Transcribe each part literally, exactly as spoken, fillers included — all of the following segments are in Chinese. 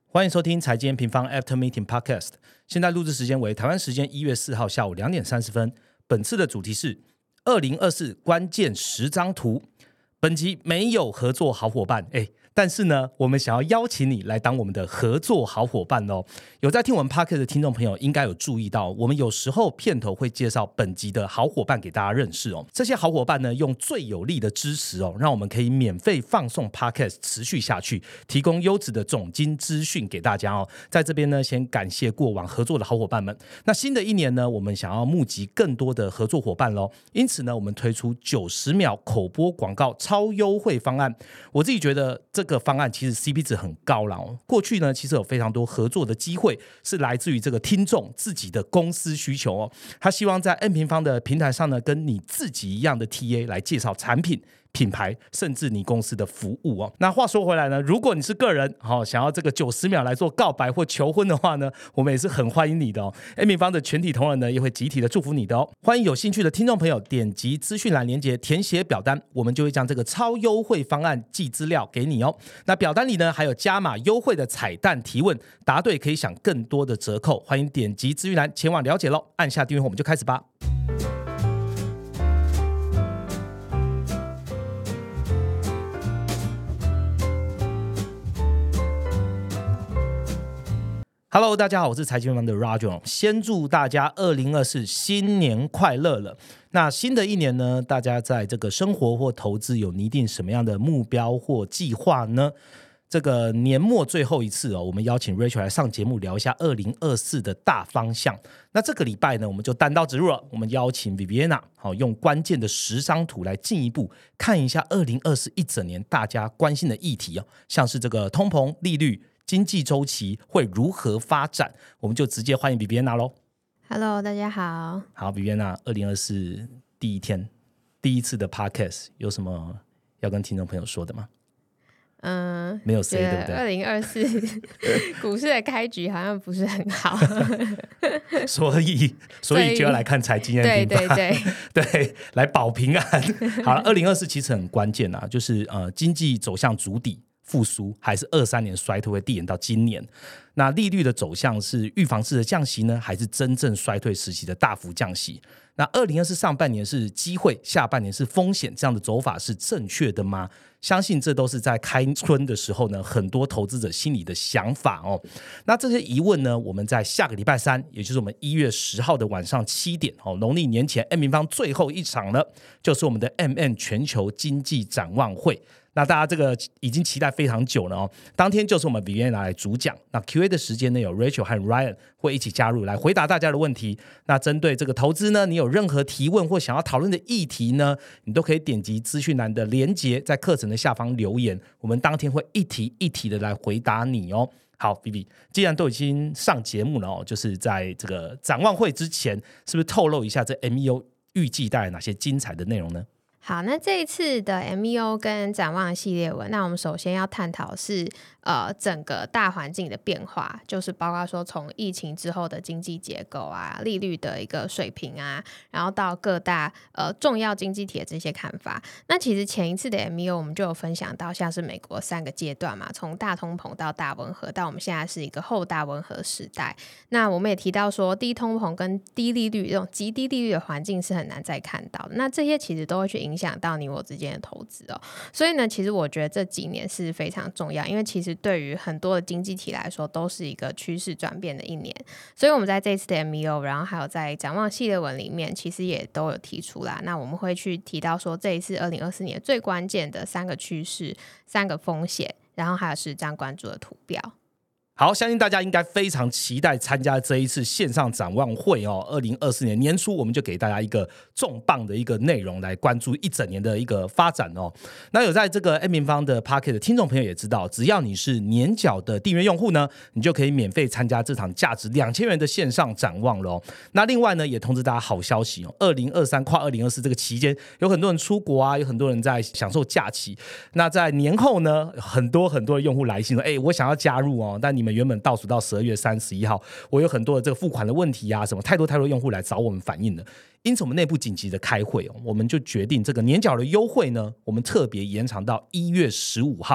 欢迎收听财经平方 After Meeting Podcast。现在录制时间为台湾时间一月四号下午两点三十分。本次的主题是二零二四关键十张图。本集没有合作好伙伴，哎，但是呢，我们想要邀请你来当我们的合作好伙伴哦。有在听我们 Podcast 的听众朋友应该有注意到，我们有时候片头会介绍本集的好伙伴给大家认识哦。这些好伙伴呢，用最有力的支持哦，让我们可以免费放送 Podcast 持续下去，提供优质的总经资讯给大家哦。在这边呢，先感谢过往合作的好伙伴们。那新的一年呢，我们想要募集更多的合作伙伴咯，因此呢，我们推出九十秒口播广告超优惠方案。我自己觉得这个方案其实 C P 值很高啦哦。过去呢，其实有非常多合作的机会是来自于这个听众自己的公司需求哦。他希望在 M 平方的平台上呢，跟你自己一样的 T A 来介绍产品、品牌，甚至你公司的服务哦。那话说回来呢，如果你是个人、哦、想要这个九十秒来做告白或求婚的话呢，我们也是很欢迎你的哦。M 平方的全体同仁呢，也会集体的祝福你的哦。欢迎有兴趣的听众朋友点击资讯栏连结填写表单，我们就会将这个超优惠方案寄资料给你哦。那表单里呢，还有加码优惠的彩蛋提问，答对可以享更多的折扣。欢迎点击资讯栏前往了解咯。按下订阅后，我们就开始吧。Hello， 大家好，我是财经平方的 Roger。先祝大家二零二四新年快乐了。那新的一年呢，大家在这个生活或投资有拟定什么样的目标或计划呢？这个年末最后一次哦，我们邀请 Rachel 来上节目聊一下二零二四的大方向。那这个礼拜呢，我们就单刀直入了，我们邀请 Viviana 好用关键的十张图来进一步看一下二零二四一整年大家关心的议题哦，像是这个通膨、利率、经济周期会如何发展，我们就直接欢迎 Viviana 咯。 Hello， 大家好。 好 Viviana， 二零二四第一天第一次的 Podcast 有什么要跟听众朋友说的吗？嗯，没有 say 对不对？ 二零二四股市的开局好像不是很好所以所以就要来看财经对对对对，来保平安。好了，二零二四其实很关键啊，就是呃经济走向筑底复苏，还是二三年衰退会递延到今年？那利率的走向是预防式的降息呢，还是真正衰退时期的大幅降息？那二零二四上半年是机会，下半年是风险，这样的走法是正确的吗？相信这都是在开春的时候呢，很多投资者心里的想法哦。那这些疑问呢，我们在下个礼拜三，也就是我们一月十号的晚上七点哦，农历年前 M 平方最后一场了，就是我们的 M N 全球经济展望会。那大家这个已经期待非常久了哦。当天就是我们 Viviana 来主讲，那 Q A 的时间呢，有 Rachel 和 Ryan 会一起加入来回答大家的问题。那针对这个投资呢，你有任何提问或想要讨论的议题呢，你都可以点击资讯栏的连结，在课程的下方留言，我们当天会一题一题的来回答你哦。好 Vivi， 既然都已经上节目了哦，就是在这个展望会之前，是不是透露一下这 M E O 预计带来哪些精彩的内容呢？ 好，那这一次的 M E O 跟展望系列文，那我们首先要探讨是呃整个大环境的变化，就是包括说从疫情之后的经济结构啊、利率的一个水平啊，然后到各大呃重要经济体的这些看法。那其实前一次的 M E O 我们就有分享到，像是美国三个阶段嘛，从大通膨到大温和，到我们现在是一个后大温和时代。那我们也提到说，低通膨跟低利率这种极低利率的环境是很难再看到的。那这些其实都会去影响到你我之间的投资哦。所以呢，其实我觉得这几年是非常重要，因为其实对于很多的经济体来说都是一个趋势转变的一年。所以我们在这一次的 M E O， 然后还有在展望系列文里面，其实也都有提出啦。那我们会去提到说，这一次二零二四年最关键的三个趋势、三个风险，然后还有十张关注的图标。 好，相信大家应该非常期待参加这一次线上展望会哦。二零二四年年初，我们就给大家一个重磅的一个内容来关注一整年的一个发展哦。那有在这个 M 平方的 Podcast 的听众朋友也知道，只要你是年缴的订阅用户呢，你就可以免费参加这场价值两千元的线上展望了哦。那另外呢，也通知大家好消息哦，二零二三跨二零二四这个期间，有很多人出国啊，有很多人在享受假期。那在年后呢，很多很多的用户来信说，哎，我想要加入哦，但你们原本倒数到十二月三十一号，我有很多的这个付款的问题啊，什么太多太多用户来找我们反映了，因此我们内部紧急的开会哦，我们就决定这个年缴的优惠呢，我们特别延长到一月十五号。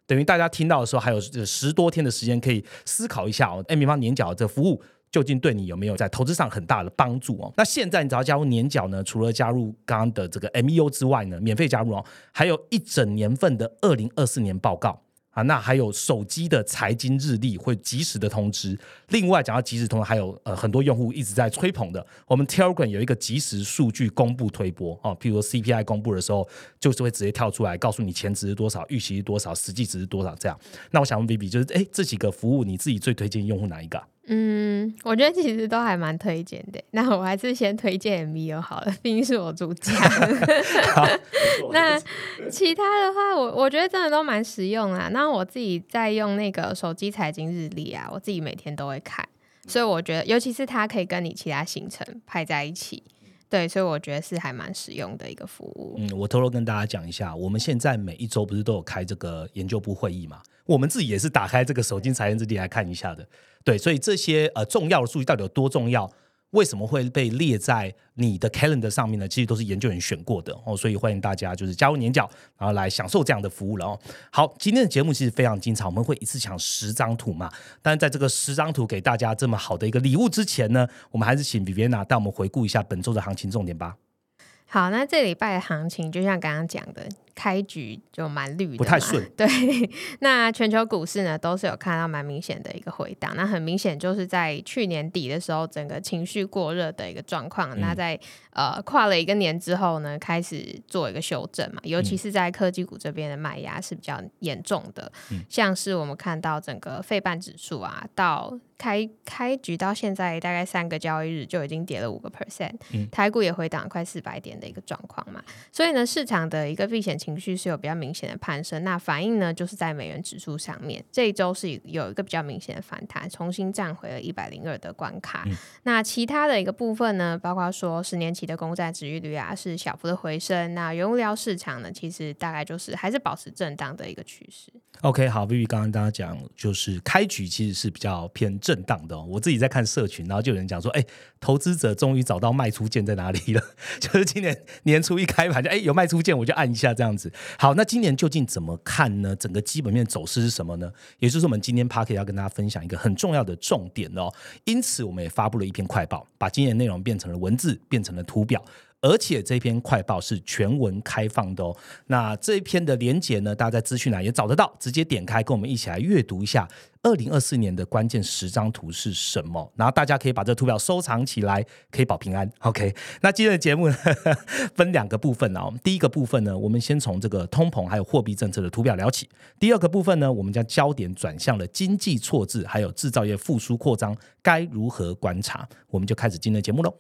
等于大家听到的时候还有十多天的时间可以思考一下哦 M 平方年缴这服务究竟对你有没有在投资上很大的帮助哦？那现在你只要加入年缴呢，除了加入刚刚的这个 M E O 之外呢，免费加入哦，还有一整年份的二零二四年报告。啊，那还有手机的财经日历会及时的通知。另外讲到即时通知，还有呃很多用户一直在吹捧的，我们 Telegram 有一个即时数据公布推播哦，譬如说 C P I 公布的时候，就是会直接跳出来告诉你前值是多少，预期是多少，实际值是多少这样。那我想问 Vivi， 就是哎这几个服务你自己最推荐用户哪一个啊？ 嗯，我觉得其实都还蛮推荐的。那我还是先推荐 M E O 好了，毕竟是我主讲。那其他的话，我我觉得真的都蛮实用啦。那我自己在用那个手机财经日历啊，我自己每天都会看，所以我觉得，尤其是它可以跟你其他行程排在一起。对，所以我觉得是还蛮实用的一个服务。 嗯，我偷偷跟大家讲一下，我们现在每一周不是都有开这个研究部会议嘛？我们自己也是打开这个手机财经日历来看一下的。对，所以这些呃重要的数据到底有多重要？为什么会被列在你的 calendar 上面呢？其实都是研究员选过的哦，所以欢迎大家就是加入年缴，然后来享受这样的服务了哦。好，今天的节目其实非常精彩，我们会一次抢十张图嘛。但是在这个十张图给大家这么好的一个礼物之前呢，我们还是请 Viviana 带我们回顾一下本周的行情重点吧。 好，那这礼拜的行情就像刚刚讲的，开局就蛮绿的嘛， 不太顺。 对，那全球股市呢都是有看到蛮明显的一个回档，那很明显就是在去年底的时候，整个情绪过热的一个状况，嗯、那在呃跨了一个年之后呢，开始做一个修正嘛，尤其是在科技股这边的卖压是比较严重的，嗯、像是我们看到整个费半指数啊，到开开局到现在大概三个交易日就已经跌了五个 percent， 台股也回档快四百点的一个状况嘛，所以呢，市场的一个避险情绪是有比较明显的攀升，那反应呢就是在美元指数上面，这一周是有一个比较明显的反弹，重新站回了一百零二的关卡。嗯、那其他的一个部分呢，包括说十年期的公债殖利率啊是小幅的回升，那原物料市场呢其实大概就是还是保持震荡的一个趋势。 OK， 好 ，Vivi 刚刚大家讲就是开局其实是比较偏震荡的、哦。我自己在看社群，然后就有人讲说，哎，投资者终于找到卖出键在哪里了？就是今年年初一开盘就哎有卖出键，我就按一下这样子。好，那今年究竟怎么看呢？整个基本面走势是什么呢？也就是我们今天 Podcast 要跟大家分享一个很重要的重点哦。因此，我们也发布了一篇快报，把今年内容变成了文字，变成了图表。而且这篇快报是全文开放的哦。那这一篇的连结呢，大家在资讯栏也找得到，直接点开，跟我们一起来阅读一下二零二四年的关键十张图是什么。然后大家可以把这图表收藏起来，可以保平安。OK， 那今天的节目呢分两个部分哦。第一个部分呢，我们先从这个通膨还有货币政策的图表聊起。第二个部分呢，我们将焦点转向了经济错字，还有制造业复苏扩张该如何观察。我们就开始今天的节目喽。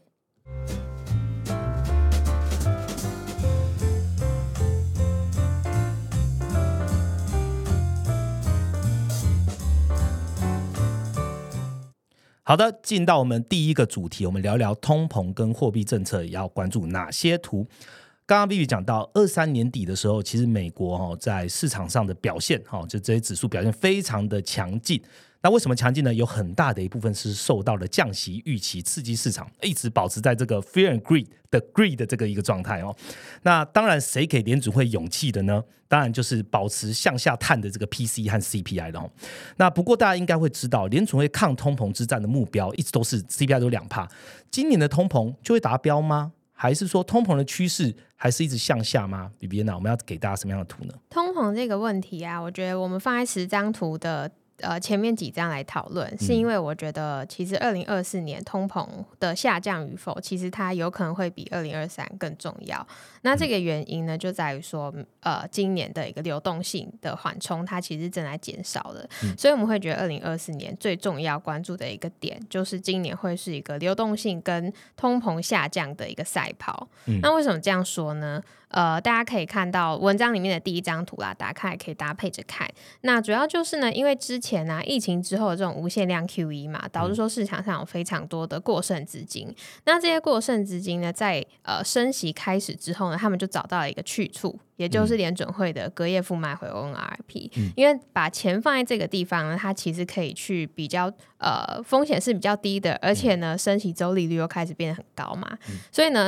好的，进到我们第一个主题，我们聊聊通膨跟货币政策要关注哪些图。刚刚 Vivi 讲到二三年底的时候，其实美国、哦、在市场上的表现、哦、就这些指数表现非常的强劲。那为什么强劲呢？有很大的一部分是受到了降息预期刺激市场，一直保持在这个 fear and greed 的 greed 的这个一个状态哦。那当然，谁给联准会勇气的呢？当然就是保持向下探的这个 P C E 和 C P I 的哦。那不过大家应该会知道，联准会抗通膨之战的目标一直都是 C P I 都两趴。今年的通膨就会达标吗？还是说通膨的趋势还是一直向下吗？ Viviana， 我们要给大家什么样的图呢？ 通膨这个问题啊，我觉得我们放在十张图的呃，前面几张来讨论，是因为我觉得其实二零二四年通膨的下降与否，其实它有可能会比二零二三更重要。那这个原因呢，就在于说，呃，今年的一个流动性的缓冲，它其实正在减少了，嗯、所以我们会觉得二零二四年最重要关注的一个点，就是今年会是一个流动性跟通膨下降的一个赛跑。嗯、那为什么这样说呢？呃，大家可以看到文章里面的第一张图啦，打开可以搭配着看。那主要就是呢，因为之前啊疫情之后的这种无限量 Q E 嘛，导致说市场上有非常多的过剩资金。那这些过剩资金呢，在呃升息开始之后呢，他们就找到了一个去处，也就是联准会的隔夜负卖回 O N R P、嗯。因为把钱放在这个地方呢，它其实可以去比较呃风险是比较低的，而且呢升息周利率又开始变得很高嘛，嗯、所以呢。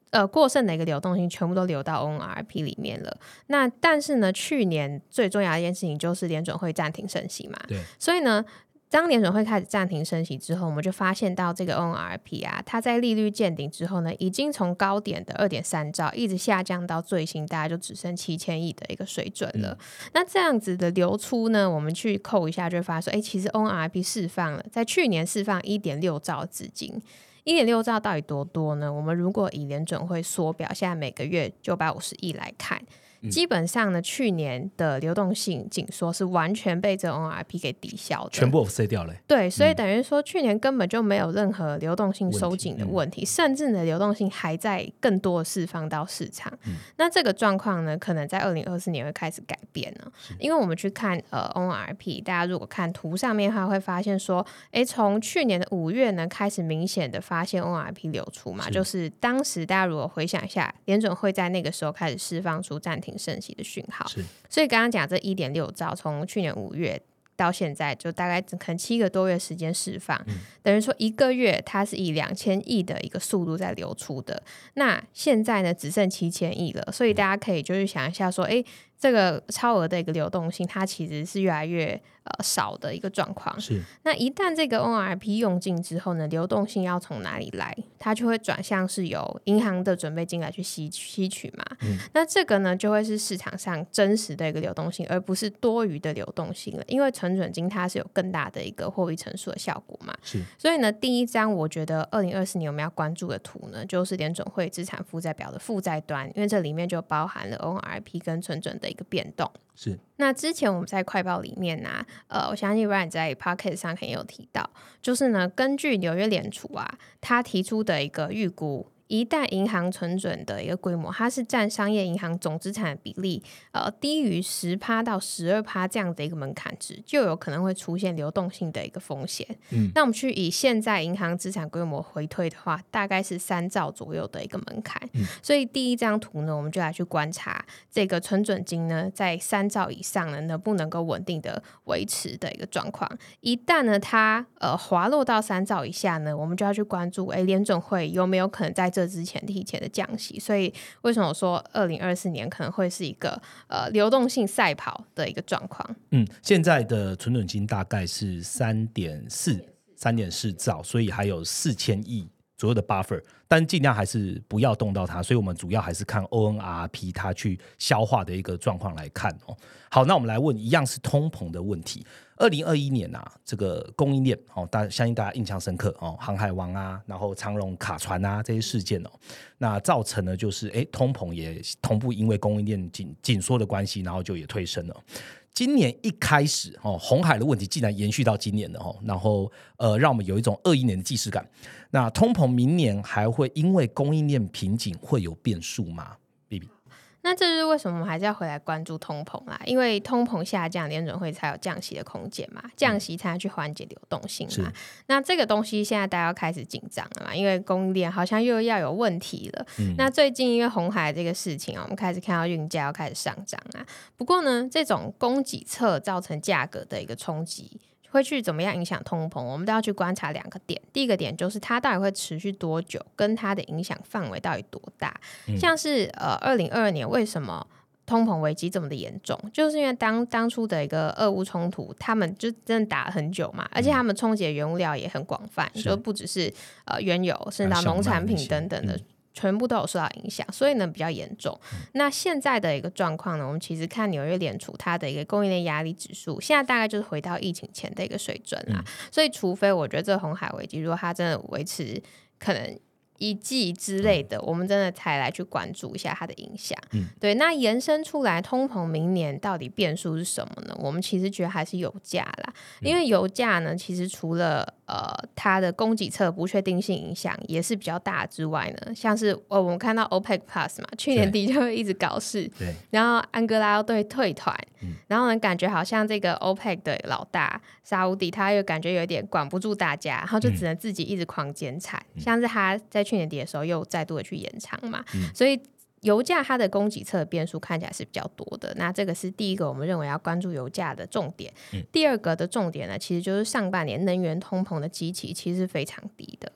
呃，过剩的一个流动性全部都流到 O N R P 里面了。那但是呢，去年最重要的一件事情就是联准会暂停升息嘛， 对， 所以呢，当联准会开始暂停升息之后，我们就发现到这个 O N R P 啊，它在利率见顶之后呢，已经从高点的 二点三兆一直下降到最新大概就只剩七千亿的一个水准了。嗯、那这样子的流出呢，我们去扣一下就会发现说，哎，其实 O N R P 释放了，在去年释放 一点六兆资金。一点六兆到底多多呢？我们如果以联准会缩表现在每个月九百五十亿来看，基本上呢，去年的流动性紧缩是完全被这 O N R P 给抵消的， 全部 offset 掉了。 对，所以等于说去年根本就没有任何流动性收紧的问题，问题嗯、甚至呢流动性还在更多的释放到市场。嗯、那这个状况呢，可能在二零二四年会开始改变呢，因为我们去看呃 O N R P， 大家如果看图上面的话，会发现说，哎，从去年的五月呢开始明显的发现 O N R P 流出嘛，是就是当时大家如果回想一下，联准会在那个时候开始释放出暂停升息的讯号，所以刚刚讲这 一点六兆从去年五月到现在就大概可能七个多月时间释放、嗯、等于说一个月它是以两千亿的一个速度在流出的，那现在呢只剩七千亿了，所以大家可以就是想一下说，哎，这个超额的一个流动性它其实是越来越呃少的一个状况。是，那一旦这个 O N R P 用尽之后呢，流动性要从哪里来？它就会转向是由银行的准备金来去吸吸取嘛、嗯、那这个呢就会是市场上真实的一个流动性，而不是多余的流动性了，因为存准金它是有更大的一个货币乘数的效果嘛。是，所以呢第一张我觉得二零二四年我们要关注的图呢，就是联准会资产负债表的负债端，因为这里面就包含了 O N R P 跟存准的一个变动。是，那之前我们在快报里面啊，呃，我相信 Ryan 在 Podcast 上肯定有提到，就是呢，根据纽约联储啊，他提出的一个预估，一旦银行存准的一个规模，它是占商业银行总资产的比例，呃，低于 百分之十 到 百分之十二 这样的一个门槛值，就有可能会出现流动性的一个风险。嗯，那我们去以现在银行资产规模回推的话，大概是三兆左右的一个门槛。嗯，所以第一张图呢，我们就来去观察这个存准金呢，在三兆以上呢，能不能够稳定的维持的一个状况。一旦呢，它呃滑落到三兆以下呢，我们就要去关注，哎，联准会有没有可能在这之前提前的降息。所以为什么我说二零二四年可能会是一个呃流动性赛跑的一个状况？ 嗯，现在的存准金大概是三点四三点四兆，所以还有四千亿左右的 buffer， 但尽量还是不要动到它，所以我们主要还是看 O N R P 它去消化的一个状况来看哦。好，那我们来问一样是通膨的问题。二零二一年啊，这个供应链哦，大相信大家印象深刻哦，航海王啊，然后长荣卡船啊这些事件哦，那造成呢就是哎通膨也同步因为供应链紧紧缩的关系，然后就也推升了。今年一开始哦，鸿海的问题竟然延续到今年了哦，然后呃，让我们有一种二一年的既视感。那通膨明年还会因为供应链瓶颈会有变数吗 ？B B， 那这就是为什么我们还是要回来关注通膨啦，因为通膨下降，联准会才有降息的空间嘛，降息才能去缓解流动性嘛。那这个东西现在大家要开始紧张了嘛，因为供应链好像又要有问题了。嗯、那最近因为鸿海这个事情啊，我们开始看到运价要开始上涨啊。不过呢，这种供给侧造成价格的一个冲击，会去怎么样影响通膨，我们都要去观察两个点。第一个点就是它到底会持续多久，跟它的影响范围到底多大。嗯、像是呃二零二二年为什么通膨危机这么的严重，就是因为当当初的一个俄乌冲突，他们就真的打了很久嘛，而且他们冲击的原物料也很广泛，就不只是呃原油，甚至到农产品等等的。嗯全部都有受到影响，所以呢比较严重。嗯、那现在的一个状况呢，我们其实看纽约联储它的一个供应链压力指数，现在大概就是回到疫情前的一个水准啦。嗯、所以除非我觉得这个鸿海危机如果它真的维持可能一季之类的，我们真的才来去关注一下它的影响。嗯、对，那延伸出来通膨明年到底变数是什么呢？我们其实觉得还是油价啦，因为油价呢，其实除了呃它的供给侧不确定性影响也是比较大之外呢，像是呃我们看到 OPEC Plus 嘛，去年底就会一直搞事，对，然后安哥拉要对退团，嗯、然后呢感觉好像这个 OPEC 的老大沙烏地他又感觉有点管不住大家，然后就只能自己一直狂减产，嗯、像是他在去年底的时候又再度的去延长嘛，嗯、所以油价它的供给侧的变数看起来是比较多的，那这个是第一个我们认为要关注油价的重点。嗯、第二个的重点呢，其实就是上半年能源通膨的基期其实是非常低的。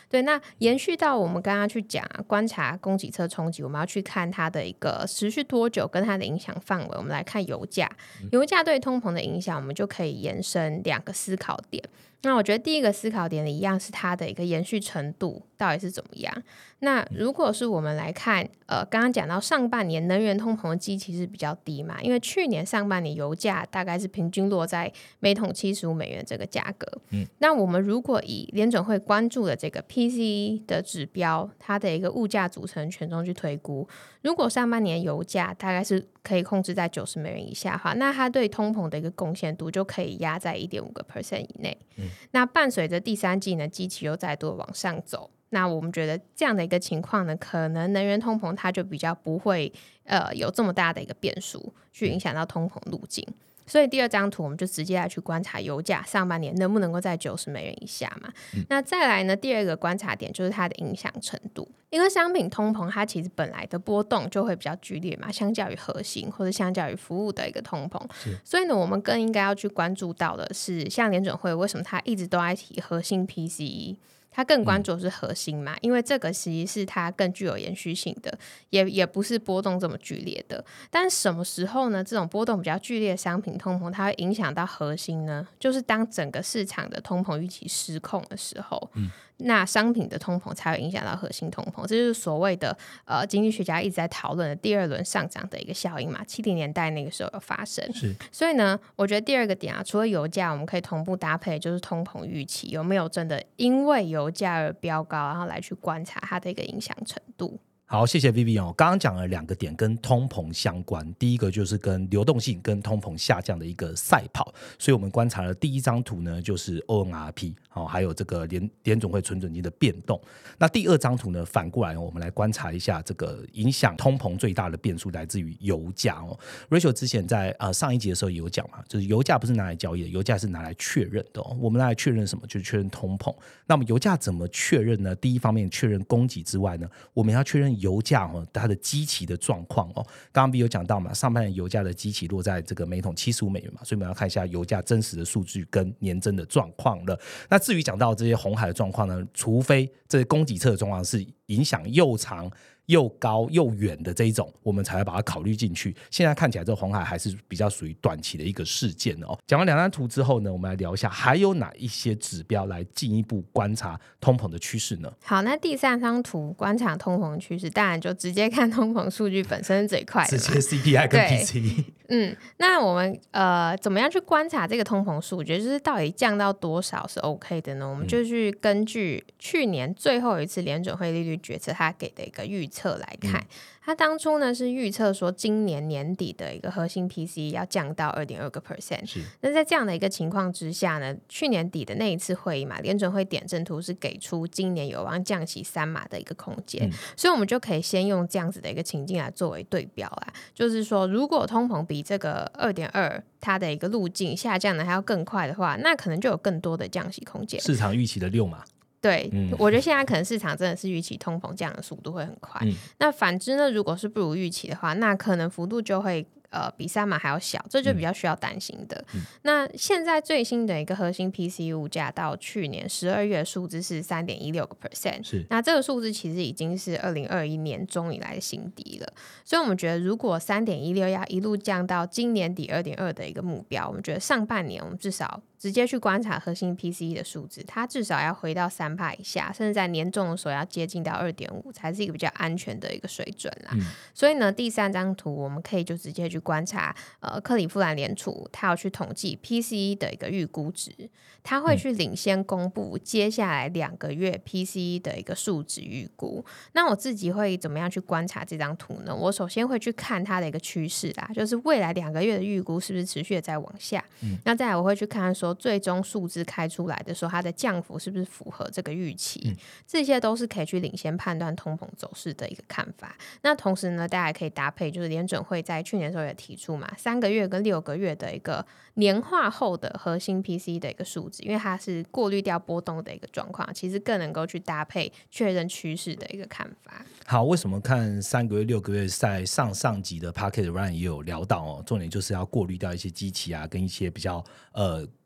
对，那延续到我们刚刚去讲、啊、观察供给侧冲击，我们要去看它的一个持续多久跟它的影响范围。我们来看油价，油价对通膨的影响，我们就可以延伸两个思考点。那我觉得第一个思考点一样是它的一个延续程度到底是怎么样。那如果是我们来看呃，刚刚讲到上半年能源通膨的基期是比较低嘛，因为去年上半年油价大概是平均落在每桶七十五美元这个价格。嗯，那我们如果以联准会关注的这个 P C E 的指标，它的一个物价组成权重去推估，如果上半年油价大概是可以控制在九十美元以下的话，那它对通膨的一个贡献度就可以压在 一点五个 percent 以内。嗯，那伴随着第三季呢，基期又再度往上走，那我们觉得这样的一个情况呢，可能能源通膨它就比较不会呃有这么大的一个变数去影响到通膨路径。所以第二张图我们就直接来去观察油价上半年能不能够在九十美元以下嘛、嗯、那再来呢，第二个观察点就是它的影响程度。因为商品通膨它其实本来的波动就会比较剧烈嘛，相较于核心或者相较于服务的一个通膨，所以呢我们更应该要去关注到的是像联准会为什么它一直都在提核心 P C E，它更关注的是核心嘛、嗯、因为这个其实是它更具有延续性的，也也不是波动这么剧烈的。但什么时候呢，这种波动比较剧烈的商品通膨它会影响到核心呢？就是当整个市场的通膨预期失控的时候、嗯、那商品的通膨才会影响到核心通膨，这就是所谓的呃经济学家一直在讨论的第二轮上涨的一个效应嘛，七零年代那个时候有发生。 是， 所以呢我觉得第二个点啊，除了油价我们可以同步搭配就是通膨预期有没有真的因为油价而飙高，然后来去观察它的一个影响程度。 好，谢谢 Vivian 哦。刚刚讲了两个点跟通膨相关，第一个就是跟流动性跟通膨下降的一个赛跑，所以我们观察了第一张图呢，就是 O N R P、哦、还有这个联联总会存准金的变动。那第二张图呢，反过来我们来观察一下这个影响通膨最大的变数来自于油价哦。Rachel 之前在、呃、上一集的时候也有讲嘛，就是油价不是拿来交易的，油价是拿来确认的、哦、我们拿来确认什么？就是确认通膨。那么油价怎么确认呢？第一方面确认供给之外呢，我们要确认油价、哦、它的基期的状况哦。刚刚 B 有讲到嘛，上半年油价的基期落在这个每桶七十五美元嘛，所以我们要看一下油价真实的数据跟年增的状况了。那至于讲到这些红海的状况呢，除非这些供给侧的状况是影响又长又高又远的这一种，我们才会把它考虑进去。现在看起来这红海还是比较属于短期的一个事件哦。讲完两张图之后呢，我们来聊一下还有哪一些指标来进一步观察通膨的趋势呢？ 好，那第三张图观察通膨趋势，当然就直接看通膨数据本身是最快的嘛， 直接 C P I 跟 P C E。 嗯，那我们呃怎么样去观察这个通膨数据，就是到底降到多少是 OK 的呢？我们就去根据去年最后一次联准会利率决策它给的一个预测来看、嗯、他当初呢是预测说今年年底的一个核心 P C E 要降到 二点二个 percent。 那在这样的一个情况之下呢，去年底的那一次会议嘛，联准会点阵图是给出今年有望降息三码的一个空间、嗯、所以我们就可以先用这样子的一个情境来作为对标啊，就是说如果通膨比这个 二点二 它的一个路径下降的还要更快的话，那可能就有更多的降息空间， 市场预期的六码。 对、嗯、我觉得现在可能市场真的是预期通膨降的速度会很快、嗯、那反之呢，如果是不如预期的话，那可能幅度就会呃，比三码还要小，这就比较需要担心的、嗯、那现在最新的一个核心 P C E 物价到去年十二月数字是 三点一六个 percent， 是那这个数字其实已经是二零二一年中以来的新低了，所以我们觉得如果 三点一六 要一路降到今年底 二点二 的一个目标，我们觉得上半年我们至少直接去观察核心 P C E 的数字，它至少要回到 百分之三 以下，甚至在年中的时候要接近到 二点五 才是一个比较安全的一个水准啦、嗯、所以呢第三张图我们可以就直接去观察呃，克里夫兰联储他要去统计 P C E 的一个预估值，他会去领先公布接下来两个月 P C E 的一个数值预估。那我自己会怎么样去观察这张图呢？我首先会去看它的一个趋势啦，就是未来两个月的预估是不是持续的在往下、嗯、那再来我会去看说最终数字开出来的时候它的降幅是不是符合这个预期、嗯、这些都是可以去领先判断通膨走势的一个看法。那同时呢大家也可以搭配就是联准会在去年的时候也提出嘛，三个月跟六个月的一个年化后的核心 P C E 的一个数值，因为它是过滤掉波动的一个状况，其实更能够去搭配确认趋势的一个看法。 好，为什么看三个月六个月，在上上集的 Podcast Run 也有聊到哦，重点就是要过滤掉一些基期啊跟一些比较呃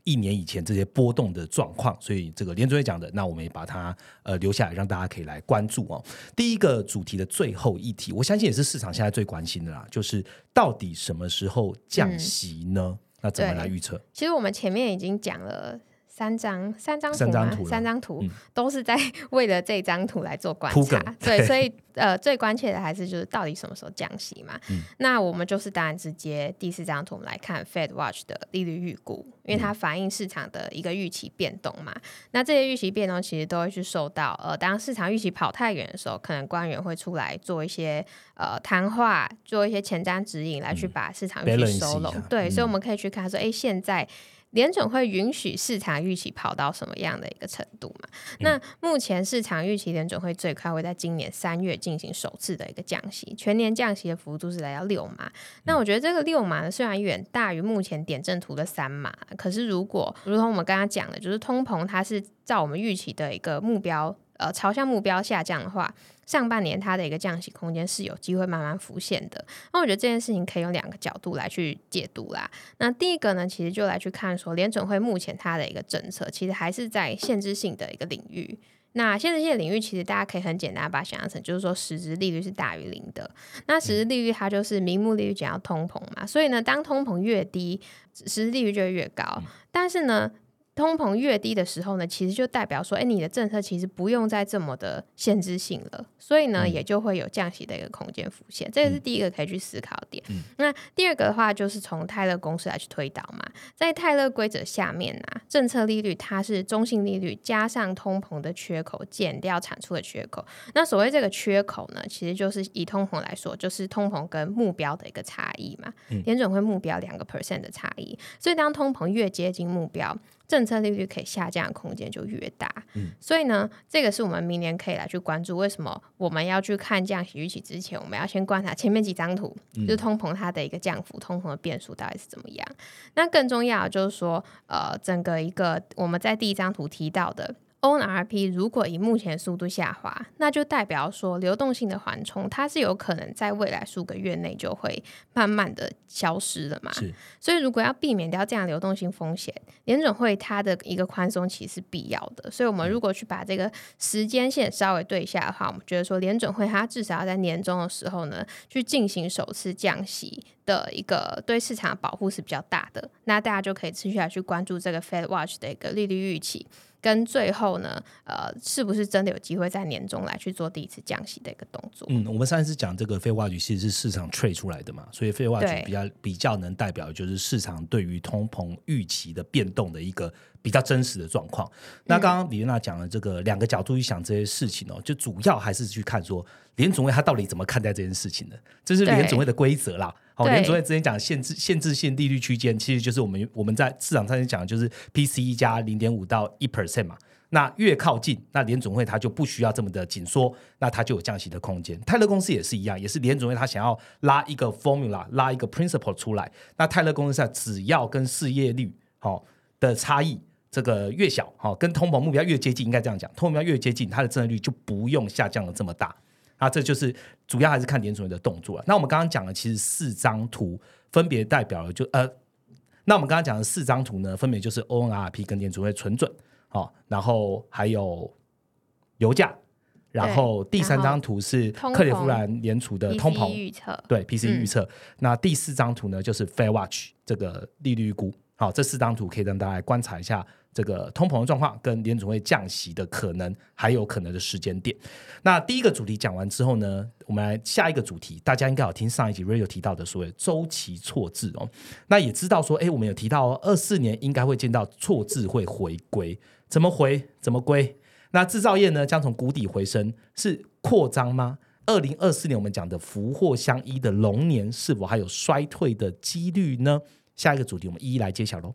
一年以前这些波动的状况，所以这个联准会讲的，那我们也把它呃留下来，让大家可以来关注哦。第一个主题的最后一题，我相信也是市场现在最关心的啦，就是到底什么时候降息呢？嗯、那怎么来预测？ 其实我们前面已经讲了。三张三张图三张图三张图、 嗯、 都是在为了这张图来做观察，对，所以呃最关切的还是就是到底什么时候降息嘛、嗯、那我们就是当然直接第四张图我们来看 Fed Watch 的利率预估，因为它反映市场的一个预期变动嘛、嗯、那这些预期变动其实都会去受到呃当市场预期跑太远的时候，可能官员会出来做一些呃谈话，做一些前瞻指引来去把市场预期收拢、嗯、对、嗯、所以我们可以去看说哎现在联准会允许市场预期跑到什么样的一个程度嘛、嗯、那目前市场预期联准会最快会在今年三月进行首次的一个降息，全年降息的幅度是来到六码、嗯、那我觉得这个六码呢虽然远大于目前点阵图的三码，可是如果如同我们刚刚讲的就是通膨它是照我们预期的一个目标呃，朝向目标下降的话，上半年它的一个降息空间是有机会慢慢浮现的。那我觉得这件事情可以用两个角度来去解读啦。那第一个呢，其实就来去看说联准会目前它的一个政策其实还是在限制性的一个领域。那限制性的领域其实大家可以很简单把它想象成就是说实质利率是大于零的，那实质利率它就是名目利率减到通膨嘛，所以呢当通膨越低实质利率就会越高，但是呢通膨越低的时候呢，其实就代表说，哎，你的政策其实不用再这么的限制性了，所以呢，嗯、也就会有降息的一个空间浮现，这个是第一个可以去思考的点。嗯、那第二个的话，就是从泰勒公式来去推导嘛，在泰勒规则下面啊，政策利率它是中性利率加上通膨的缺口减掉产出的缺口。那所谓这个缺口呢，其实就是以通膨来说，就是通膨跟目标的一个差异嘛，联准会目标两个 percent 的差异，所以当通膨越接近目标，政策利率可以下降的空间就越大、嗯、所以呢这个是我们明年可以来去关注，为什么我们要去看降息预期之前我们要先观察前面几张图、嗯、就是通膨它的一个降幅，通膨的变数到底是怎么样。那更重要的就是说呃，整个一个我们在第一张图提到的O N R P 如果以目前速度下滑，那就代表说流动性的缓冲它是有可能在未来数个月内就会慢慢的消失了嘛，所以如果要避免掉这样流动性风险，联准会它的一个宽松期是必要的，所以我们如果去把这个时间线稍微对一下的话，我们觉得说联准会它至少要在年中的时候呢去进行首次降息的一个对市场的保护是比较大的，那大家就可以持续来去关注这个 Fed Watch 的一个利率预期，跟最后呢呃，是不是真的有机会在年中来去做第一次降息的一个动作。 嗯，我们上一次讲这个 Fed Watch 其实是市场 trade 出来的嘛，所以 Fed Watch 比较比较能代表就是市场对于通膨预期的变动的一个比较真实的状况。那刚刚李莲娜讲了这个两个角度去想这些事情哦，就主要还是去看说联准会他到底怎么看待这件事情的，这是联准会的规则啦。好，联准会之前讲限制限制性利率区间，其实就是我们我们在市场上面讲的就是 P C E 加 零点五 到 百分之一 嘛。那越靠近，那联准会它就不需要这么的紧缩，那它就有降息的空间。泰勒公司也是一样，也是联准会它想要拉一个 formula， 拉一个 principle 出来。那泰勒公司只要跟失业率、哦、的差异这个越小、哦、跟通膨目标越接近，应该这样讲，通膨目标越接近，它的正利率就不用下降的这么大。那这就是主要还是看联准会的动作了。那我们刚刚讲的其实四张图分别代表了就呃，那我们刚刚讲的四张图呢，分别就是 O N R P 跟联准会存准。哦、然后还有油价，然后第三张图是克里夫兰联储的通膨预测， 对 P C E 预测、嗯、那第四张图呢就是 Fed Watch 这个利率估。好，这四张图可以让大家来观察一下这个通膨的状况跟联准会降息的可能还有可能的时间点。那第一个主题讲完之后呢，我们来下一个主题，大家应该有听上一集 Radio 提到的所谓周期错字哦。那也知道说诶我们有提到二四年应该会见到错字会回归，怎么回怎么归？那制造业呢将从谷底回升，是扩张吗？二零二四年我们讲的福祸相依的龙年是否还有衰退的几率呢？下一个主题我们一一来揭晓咯。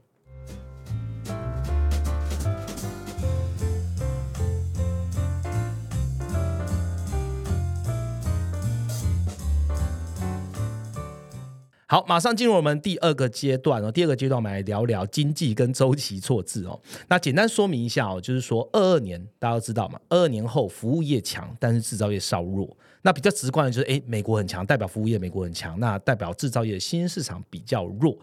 好，马上进入我们第二个阶段哦。第二个阶段我们来聊聊经济跟周期错字哦。那简单说明一下哦，就是说二二年大家都知道嘛，二二年后服务业强，但是制造业稍弱。那比较直观的就是，哎，美国很强，代表服务业美国很强，那代表制造业的新兴市场比较弱。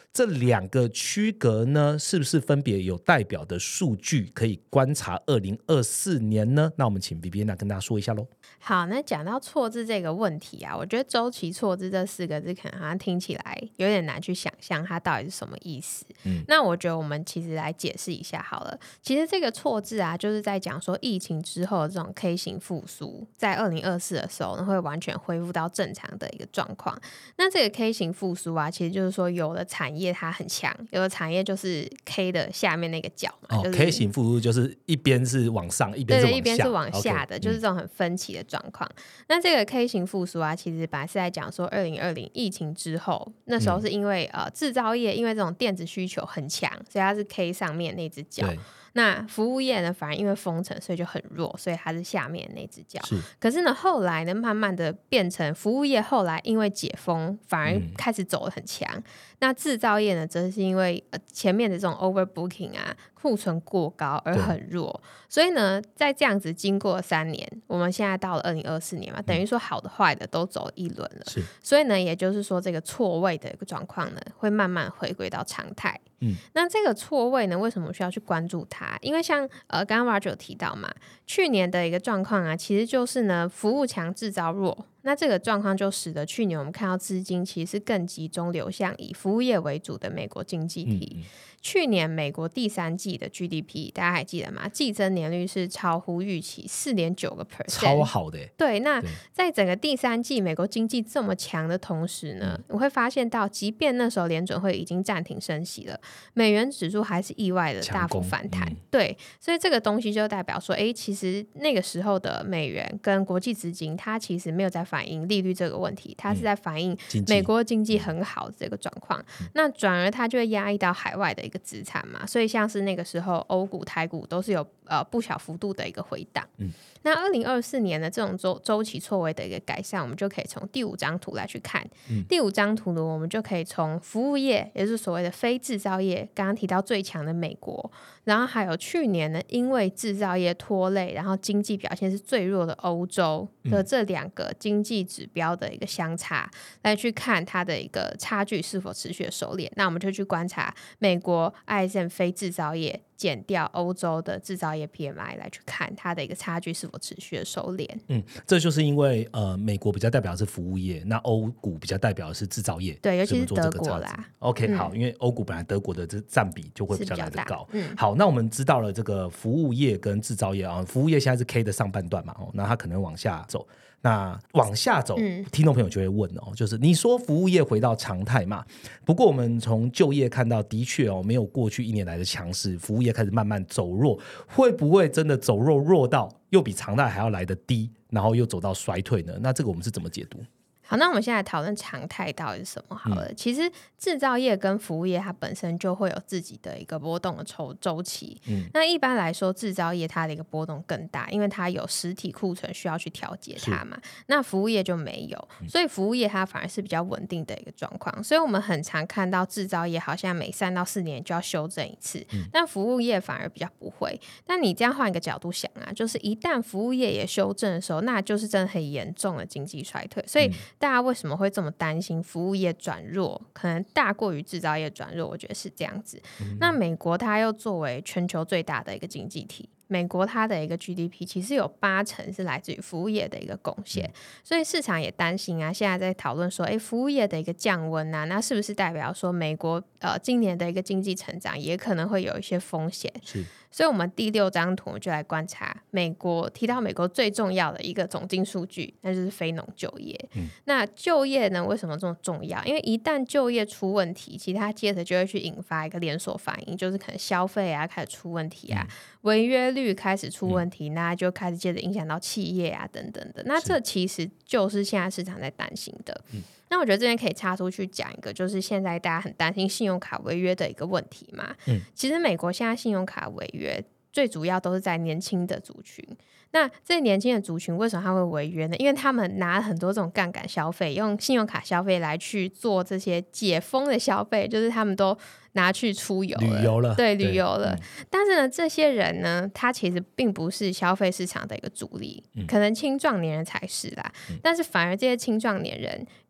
这两个区隔呢，是不是分别有代表的数据可以观察二零二四年呢？那我们请 Viviana 跟大家说一下咯。 好，那讲到错字这个问题啊，我觉得周期错字这四个字可能好像听起来有点难去想象它到底是什么意思。嗯，那我觉得我们其实来解释一下好了。其实这个错字啊，就是在讲说疫情之后的这种 K 型复苏，在二零二四的时候呢，会完全恢复到正常的一个状况。那这个 K 型复苏啊，其实就是说有的产业它很强，有的产业就是 K 的下面那个角嘛。 哦， 就是、 K 型复苏就是一边是往上，一边是往下， 对对，一边是往下的， okay, 就是这种很分歧的状况。嗯、那这个 K 型复苏啊，其实本来是在讲说二零二零疫情之后，那时候是因为、嗯、呃制造业因为这种电子需求很强，所以它是 K 上面那只脚。那服务业呢，反而因为封城，所以就很弱，所以它是下面那只脚。可是呢，后来呢，慢慢的变成服务业，后来因为解封，反而开始走得很强。嗯、那制造业呢，则是因为、呃、前面的这种 overbooking 啊，库存过高而很弱。所以呢，在这样子经过三年，我们现在到了二零二四年嘛，等于说好的坏的都走一轮了。是，所以呢，也就是说这个错位的一个状况呢，会慢慢回归到常态。嗯，那这个错位呢，为什么需要去关注它？因为像呃，刚刚 Roger 有提到嘛，去年的一个状况啊，其实就是呢，服务强制造弱。那这个状况就使得去年我们看到资金其实是更集中流向以服务业为主的美国经济体。嗯嗯，去年美国第三季的 G D P 大家还记得吗？季增年率是超乎预期 四点九个 percent， 超好的。 对，那在整个第三季美国经济这么强的同时呢，嗯、我会发现到即便那时候联准会已经暂停升息了，美元指数还是意外的大幅反弹。嗯、对，所以这个东西就代表说，哎，其实那个时候的美元跟国际资金它其实没有在反映利率这个问题，它是在反映美国经济很好的这个状况。嗯、那转而它就会压抑到海外的一个资产嘛，所以像是那个时候欧股台股都是有呃不小幅度的一个回档。嗯、那二零二四年的这种周周期错位的一个改善，我们就可以从第五张图来去看。嗯、第五张图呢，我们就可以从服务业，也就是所谓的非制造业，刚刚提到最强的美国，然后还有去年呢因为制造业拖累，然后经济表现是最弱的欧洲的这两个经济指标的一个相差，嗯、来去看它的一个差距是否持续的收敛。那我们就去观察美国 I S M 非制造业减掉欧洲的制造业 P M I 来去看它的一个差距是否持续的收敛。 嗯，这就是因为呃，美国比较代表的是服务业，那欧股比较代表的是制造业， 对，尤其是德国啦。 OK，嗯、好，因为欧股本来德国的这占比就会比较来得高。嗯、好，那我们知道了这个服务业跟制造业啊，服务业现在是 K 的上半段嘛，哦，那它可能往下走。那往下走，嗯、听众朋友就会问哦，就是你说服务业回到常态嘛？不过我们从就业看到，的确哦，没有过去一年来的强势，服务业开始慢慢走弱，会不会真的走弱弱到又比常态还要来得低，然后又走到衰退呢？那这个我们是怎么解读？ 好，那我们现在讨论常态到底是什么好了。嗯、其实制造业跟服务业它本身就会有自己的一个波动的周周期。嗯、那一般来说，制造业它的一个波动更大，因为它有实体库存需要去调节它嘛。那服务业就没有，所以服务业它反而是比较稳定的一个状况。所以我们很常看到制造业好像每三到四年就要修正一次，嗯、但服务业反而比较不会。但你这样换一个角度想啊，就是一旦服务业也修正的时候，那就是真的很严重的经济衰退。所以、嗯大家为什么会这么担心服务业转弱？可能大过于制造业转弱，我觉得是这样子。嗯、那美国它又作为全球最大的一个经济体，美国它的一个 G D P 其实有八成是来自于服务业的一个贡献，嗯、所以市场也担心啊，现在在讨论说，哎，服务业的一个降温啊，那是不是代表说美国呃今年的一个经济成长也可能会有一些风险？是。所以我们第六张图我们就来观察美国，提到美国最重要的一个总经数据，那就是非农就业。嗯、那就业呢为什么这么重要？因为一旦就业出问题，其他接着就会去引发一个连锁反应，就是可能消费啊开始出问题啊，违约率开始出问题，嗯、那就开始接着影响到企业啊等等的。那这其实就是现在市场在担心的。嗯那我觉得这边可以插出去讲一个，就是现在大家很担心信用卡违约的一个问题嘛。嗯，其实美国现在信用卡违约最主要都是在年轻的族群。那这年轻的族群为什么他会违约呢？因为他们拿很多这种杠杆消费，用信用卡消费来去做这些解封的消费，就是他们都拿去出游了旅游了， 对，旅游了。嗯、但是呢，这些人呢，他其实并不是消费市场的一个主力，嗯、可能青壮年人才是啦。嗯、但是反而这些青壮年人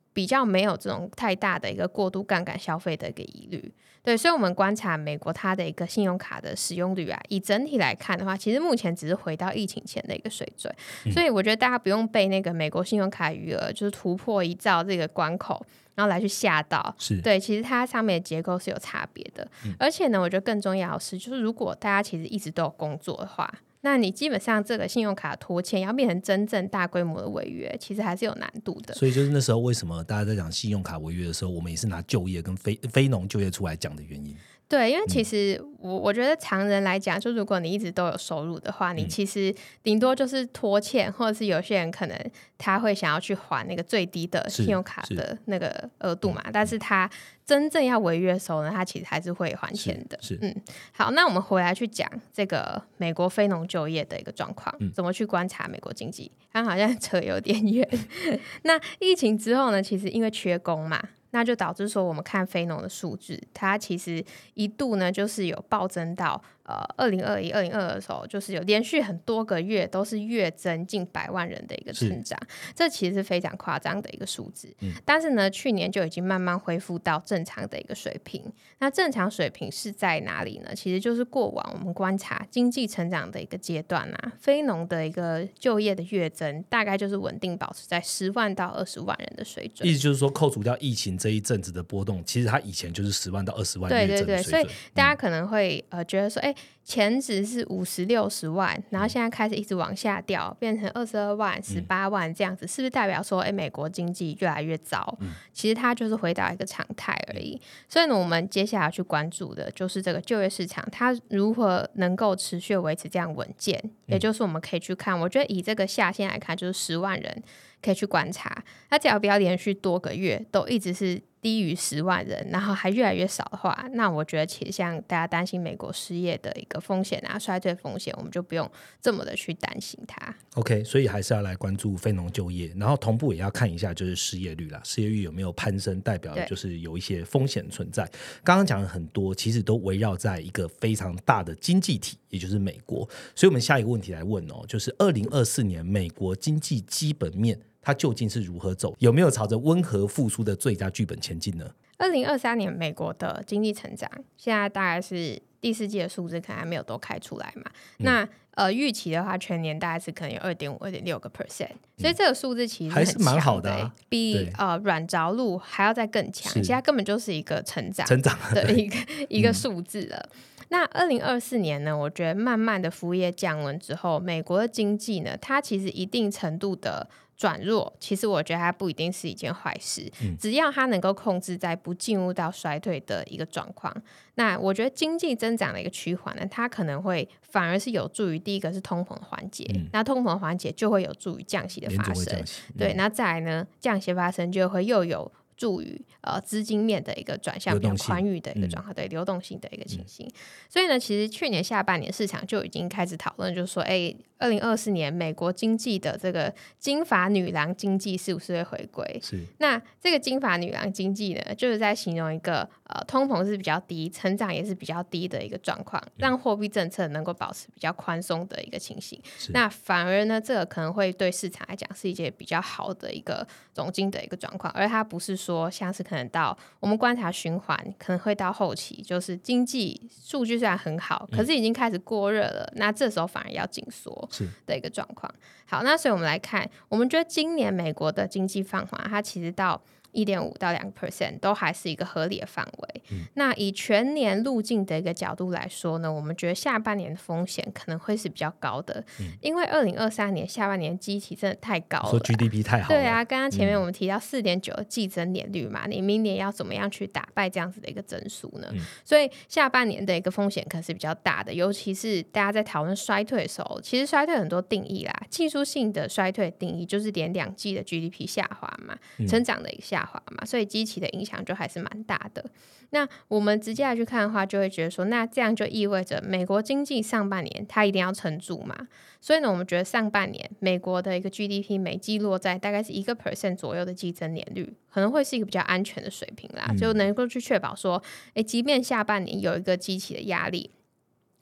比较没有这种太大的一个过度杠杆消费的一个疑虑。对，所以我们观察美国它的一个信用卡的使用率啊，以整体来看的话，其实目前只是回到疫情前的一个水准、嗯、所以我觉得大家不用被那个美国信用卡余额就是突破一兆这个关口然后来去吓到， 是对，其实它上面的结构是有差别的、嗯、而且呢我觉得更重要的是就是如果大家其实一直都有工作的话，那你基本上这个信用卡拖欠要变成真正大规模的违约其实还是有难度的。 所以就是那时候为什么大家在讲信用卡违约的时候，我们也是拿就业跟非非农就业出来讲的原因。 对，因为其实我我觉得常人来讲，就如果你一直都有收入的话，你其实顶多就是拖欠，或者是有些人可能他会想要去还那个最低的信用卡的那个额度嘛，但是他真正要违约的时候呢，他其实还是会还钱的。 是是嗯，好，那我们回来去讲这个美国非农就业的一个状况、嗯、怎么去观察美国经济，刚好像扯有点远那疫情之后呢，其实因为缺工嘛，那就导致说我们看非农的数字，它其实一度呢就是有暴增到呃二零二一、二零二二的时候，就是有连续很多个月都是月增近百万人的一个成长，这其实是非常夸张的一个数字、嗯、但是呢去年就已经慢慢恢复到正常的一个水平。那正常水平是在哪里呢？其实就是过往我们观察经济成长的一个阶段啊，非农的一个就业的月增大概就是稳定保持在十万到二十万人的水准。 意思就是说扣除掉疫情这一阵子的波动，其实它以前就是十万到二十万月增的水准。对对对， 所以大家可能会、嗯、呃觉得说哎，前值是五十六十万，然后现在开始一直往下掉，变成二十二万十八万这样子、嗯、是不是代表说哎，美国经济越来越糟、嗯、其实它就是回到一个常态而已、嗯、所以呢我们接下来去关注的就是这个就业市场它如何能够持续维持这样稳健、嗯、也就是我们可以去看，我觉得以这个下限来看就是十万人可以去观察，它只要不要连续多个月都一直是低于十万人，然后还越来越少的话，那我觉得其实像大家担心美国失业的一个风险啊，衰退风险，我们就不用这么的去担心它。 OK， 所以还是要来关注非农就业，然后同步也要看一下就是失业率啦，失业率有没有攀升，代表就是有一些风险存在。刚刚讲了很多，其实都围绕在一个非常大的经济体，也就是美国。所以我们下一个问题来问哦，就是二零二四年美国经济基本面它究竟是如何走，有没有朝着温和复苏的最佳剧本前进呢？ 二零二三年美国的经济成长现在大概是第四季的数字可能还没有都开出来嘛、嗯、那呃预期的话全年大概是可能有 二点五、二点六 个 percent， 所以这个数字其实很强的、欸、还是蛮好的、啊、比呃软着陆还要再更强，其实它根本就是一个成长成长的一个一个数字了、嗯。那二零二四年呢，我觉得慢慢的服务业降温之后，美国的经济呢它其实一定程度的转弱，其实我觉得它不一定是一件坏事、嗯、只要它能够控制在不进入到衰退的一个状况，那我觉得经济增长的一个趋缓呢，它可能会反而是有助于第一个是通膨缓解、嗯、那通膨缓解就会有助于降息的发生、嗯、对，那再来呢降息发生就会又有助于呃资金面的一个转向比较宽裕的一个状况、嗯、对流动性的一个情形、嗯、所以呢其实去年下半年市场就已经开始讨论，就是说哎，二零二四年美国经济的这个金发女郎经济是不是会回归？是。那这个金发女郎经济呢，就是在形容一个呃通膨是比较低，成长也是比较低的一个状况，让货币政策能够保持比较宽松的一个情形。那反而呢，这个可能会对市场来讲是一件比较好的一个总经的一个状况，而它不是说像是可能到我们观察循环，可能会到后期，就是经济数据虽然很好，可是已经开始过热了，嗯、那这时候反而要紧缩。的一个状况。好，那所以我们来看，我们觉得今年美国的经济放缓，它其实到一点五到两个 percent 都还是一个合理的范围、嗯、那以全年路径的一个角度来说呢，我们觉得下半年的风险可能会是比较高的、嗯、因为二零二三年下半年基期真的太高了， 说 G D P 太好了。 对啊，刚刚前面我们提到 四点九 的季增年率嘛、嗯、你明年要怎么样去打败这样子的一个增速呢、嗯、所以下半年的一个风险可能是比较大的，尤其是大家在讨论衰退的时候，其实衰退很多定义啦，技术性的衰退定义就是连两季的 G D P 下滑嘛、嗯、成长的一个下滑嘛，所以基期的影响就还是蛮大的。那我们直接来去看的话，就会觉得说，那这样就意味着美国经济上半年它一定要撑住嘛。所以呢，我们觉得上半年美国的一个 G D P 每季落在大概是一个 percent 左右的季增年率，可能会是一个比较安全的水平啦，嗯、就能够去确保说，哎，即便下半年有一个基期的压力，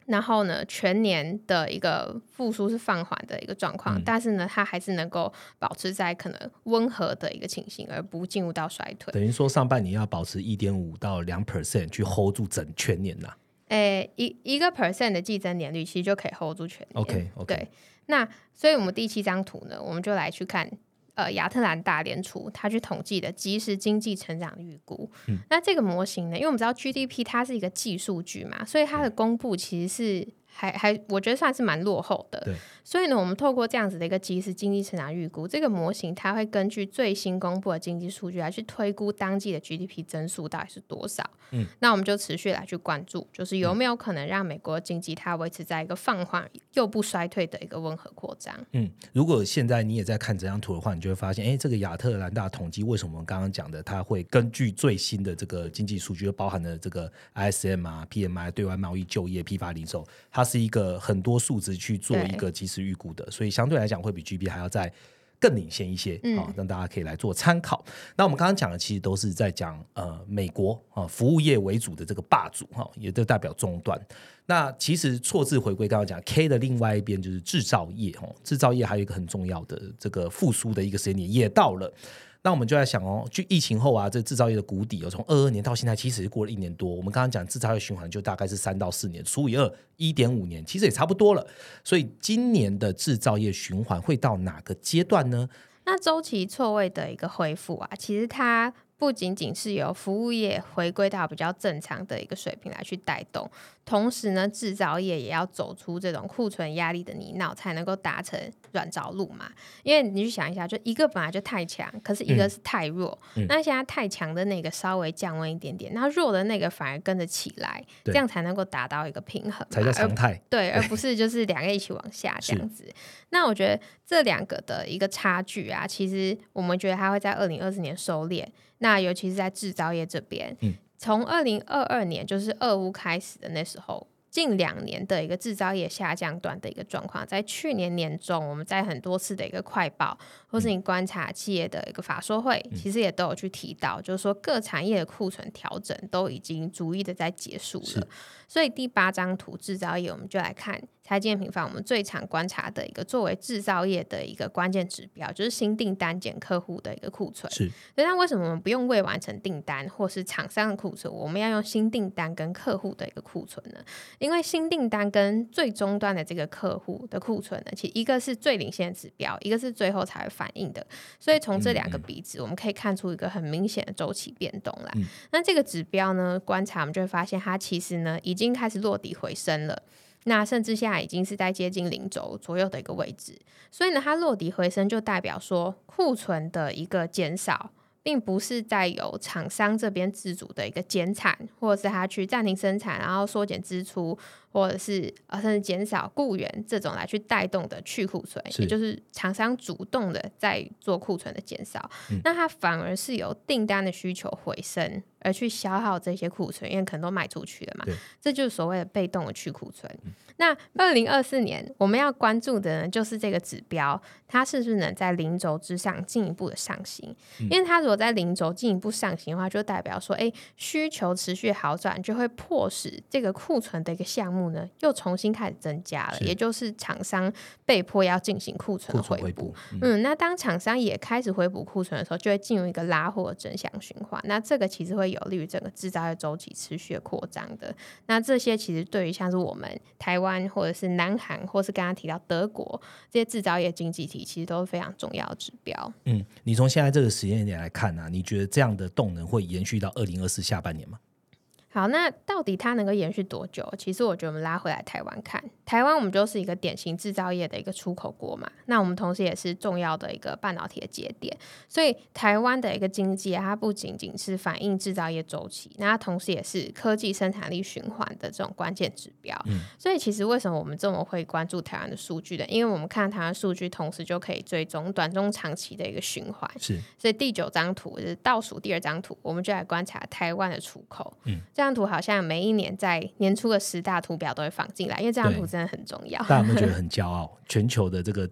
然后呢，全年的一个复苏是放缓的一个状况、嗯，但是呢，它还是能够保持在可能温和的一个情形，而不进入到衰退。 等于说上半年要保持 一点五 到 百分之二 去 hold 住整全年啦。 诶，一一个 percent 的季增年率其实就可以 hold 住全年。 OK OK。 对，那所以我们第七张图呢，我们就来去看。呃，亚特兰大联储他去统计的即时经济成长预估、嗯，那这个模型呢，因为我们知道 G D P 它是一个技术据嘛，所以它的公布其实是还还我觉得算是蛮落后的。 对， 所以呢，我们透过这样子的一个即时经济成长预估，这个模型它会根据最新公布的经济数据来去推估当季的 G D P 增速到底是多少。嗯，那我们就持续来去关注，就是有没有可能让美国经济它维持在一个放缓又不衰退的一个温和扩张。 嗯，如果现在你也在看这张图的话，你就会发现，哎，这个亚特兰大统计为什么我们刚刚讲的，它会根据最新的这个经济数据，包含了这个 I S M 啊、P M I 对外贸易、就业、批发零售，它是一个很多数值去做一个即时预估的，所以相对来讲会比 G D P 还要再更领先一些、嗯哦、让大家可以来做参考。那我们刚刚讲的其实都是在讲呃美国、哦、服务业为主的这个霸主、哦、也就代表终端。那其实错字回归刚刚讲 K 的另外一边就是制造业、哦、制造业还有一个很重要的这个复苏的一个时间点也到了。那我们就在想哦，就疫情后啊，这制造业的谷底哦，从二二年到现在，其实过了一年多。我们刚刚讲制造业循环就大概是三到四年，除以二，一点五年，其实也差不多了。所以今年的制造业循环会到哪个阶段呢？ 那周期错位的一个恢复啊，其实它不仅仅是由服务业回归到比较正常的一个水平来去带动，同时呢，制造业也要走出这种库存压力的泥淖，才能够达成软着陆嘛。因为你去想一下，就一个本来就太强，可是一个是太弱，嗯、那现在太强的那个稍微降温一点点，那弱的那个反而跟着起来，这样才能够达到一个平衡嘛， 才叫常态。 对，而不是就是两个一起往下这样子。那我觉得这两个的一个差距啊，其实我们觉得它会在二零二四年收敛。那尤其是在制造业这边，从二零二二年就是俄乌开始的那时候，近两年的一个制造业下降段的一个状况，在去年年中，我们在很多次的一个快报，或是你观察企业的一个法说会，其实也都有去提到，就是说各产业的库存调整都已经逐一的在结束了。所以第八张图制造业，我们就来看财经平方我们最常观察的一个作为制造业的一个关键指标，就是新订单减客户的一个库存。 是， 那为什么我们不用未完成订单或是厂商的库存，我们要用新订单跟客户的一个库存呢？因为新订单跟最终端的这个客户的库存呢，其实一个是最领先的指标，一个是最后才会反映的。所以从这两个比值，我们可以看出一个很明显的周期变动来。嗯、那这个指标呢，观察我们就会发现，它其实呢已经开始落底回升了。那甚至现在已经是在接近零轴左右的一个位置，所以呢，它落底回升就代表说库存的一个减少，并不是在由厂商这边自主的一个减产，或者是他去暂停生产，然后缩减支出，或者是呃甚至减少雇员这种来去带动的去库存，也就是厂商主动的在做库存的减少、嗯、那它反而是由订单的需求回升而去消耗这些库存，因为可能都卖出去了嘛，这就是所谓的被动的去库存、嗯、那二零二四年我们要关注的呢，就是这个指标它是不是能在零轴之上进一步的上行、嗯、因为它如果在零轴进一步上行的话，就代表说哎，需求持续好转，就会迫使这个库存的一个项目呢又重新开始增加了，也就是厂商被迫要进行库存的回补, 回补 嗯, 嗯，那当厂商也开始回补库存的时候，就会进入一个拉货的正向循环，那这个其实会有利于整个制造业周期持续的扩张的。那这些其实对于像是我们台湾或者是南韩或是刚刚提到德国这些制造业经济体，其实都是非常重要的指标。 嗯，你从现在这个时间点来看啊，你觉得这样的动能会延续到二零二四下半年吗？ 好，那到底它能够延续多久？其实我觉得我们拉回来台湾看，台湾我们就是一个典型制造业的一个出口国嘛，那我们同时也是重要的一个半导体的节点，所以台湾的一个经济、啊、它不仅仅是反映制造业周期，那它同时也是科技生产力循环的这种关键指标、嗯、所以其实为什么我们这么会关注台湾的数据呢？因为我们看台湾数据同时就可以追踪短中长期的一个循环，是，所以第九张图就是倒数第二张图，我们就来观察台湾的出口、嗯，这张图好像每一年在年初的十大图表都会放进来，因为这张图真的很重要。 大家有没有觉得很骄傲？全球的这个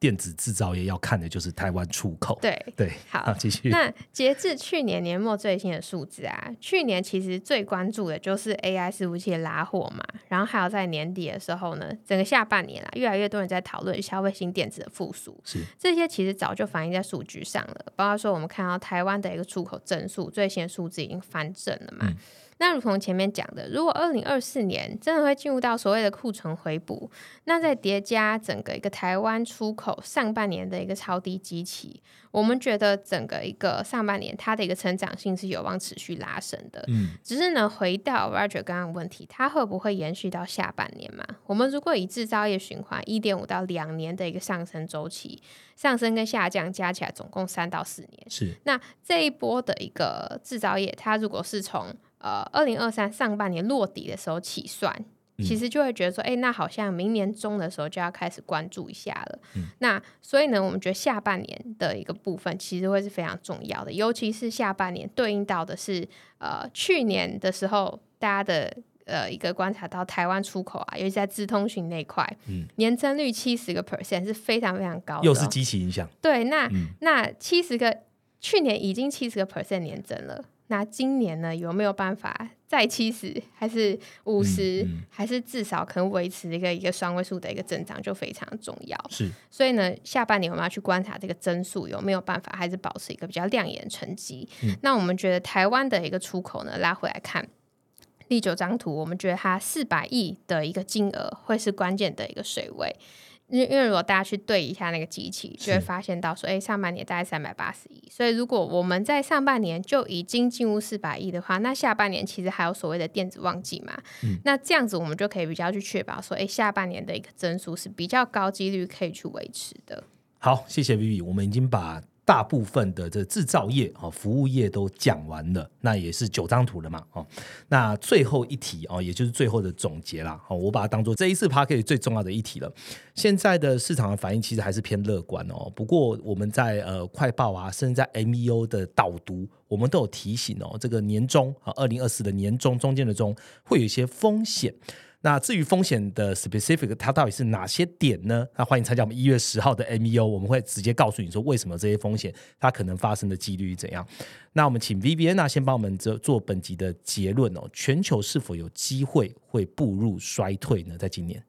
电子制造业要看的就是台湾出口。 对对， 好， 继续。 那截至去年年末最新的数字啊，去年其实最关注的就是 A I 伺服器的拉货嘛，然后还有在年底的时候呢，整个下半年啦，越来越多人在讨论消费性电子的复苏， 是这些其实早就反映在数据上了，包括说我们看到台湾的一个出口正数最新的数字已经翻正了嘛。嗯，那如同前面讲的，如果二零二四年真的会进入到所谓的库存回补，那再叠加整个一个台湾出口上半年的一个超低基期，我们觉得整个一个上半年它的一个成长性是有望持续拉升的。嗯，只是呢，回到 Roger 刚刚的问题，它会不会延续到下半年嘛？我们如果以制造业循环一点五到两年的一个上升周期，上升跟下降加起来总共三到四年， 是那这一波的一个制造业，它如果是从呃，二零二三上半年落底的时候起算，其实就会觉得说，哎、欸，那好像明年中的时候就要开始关注一下了。嗯、那所以呢，我们觉得下半年的一个部分其实会是非常重要的，尤其是下半年对应到的是呃去年的时候大家的呃一个观察到台湾出口啊，尤其在资通讯那块，嗯、年增率七十个 percent 是非常非常高的、哦， 又是基期影响。对， 那、嗯、那七十个去年已经七十个 percent 年增了。那今年呢，有没有办法再七十还是五十、嗯嗯、还是至少可能维持一个一个双位数的一个增长就非常重要。 是， 所以呢，下半年我们要去观察这个增速有没有办法还是保持一个比较亮眼的成绩、嗯、那我们觉得台湾的一个出口呢，拉回来看第九张图，我们觉得它四百亿的一个金额会是关键的一个水位，因为如果大家去对一下那个机器，就会发现到说，哎，上半年大概三百八十亿，所以如果我们在上半年就已经进入四百亿的话，那下半年其实还有所谓的电子旺季嘛、嗯，那这样子我们就可以比较去确保说，哎，下半年的一个增速是比较高几率可以去维持的。 好，谢谢 Vivi， 我们已经把大部分的这制造业、哦、服务业都讲完了，那也是九张图了嘛、哦、那最后一题、哦、也就是最后的总结啦、哦、我把它当作这一次 Podcast 最重要的一题了。现在的市场的反应其实还是偏乐观哦，不过我们在呃快报啊，甚至在 M E O 的导读，我们都有提醒哦，这个年中二零二四的年中中间的中会有一些风险。那至于风险的 specific 它到底是哪些点呢？那欢迎参加我们一月十号的 M E O， 我们会直接告诉你说为什么这些风险它可能发生的几率怎样。那我们请 Viviana 先帮我们做本集的结论哦，全球是否有机会会步入衰退呢？在今年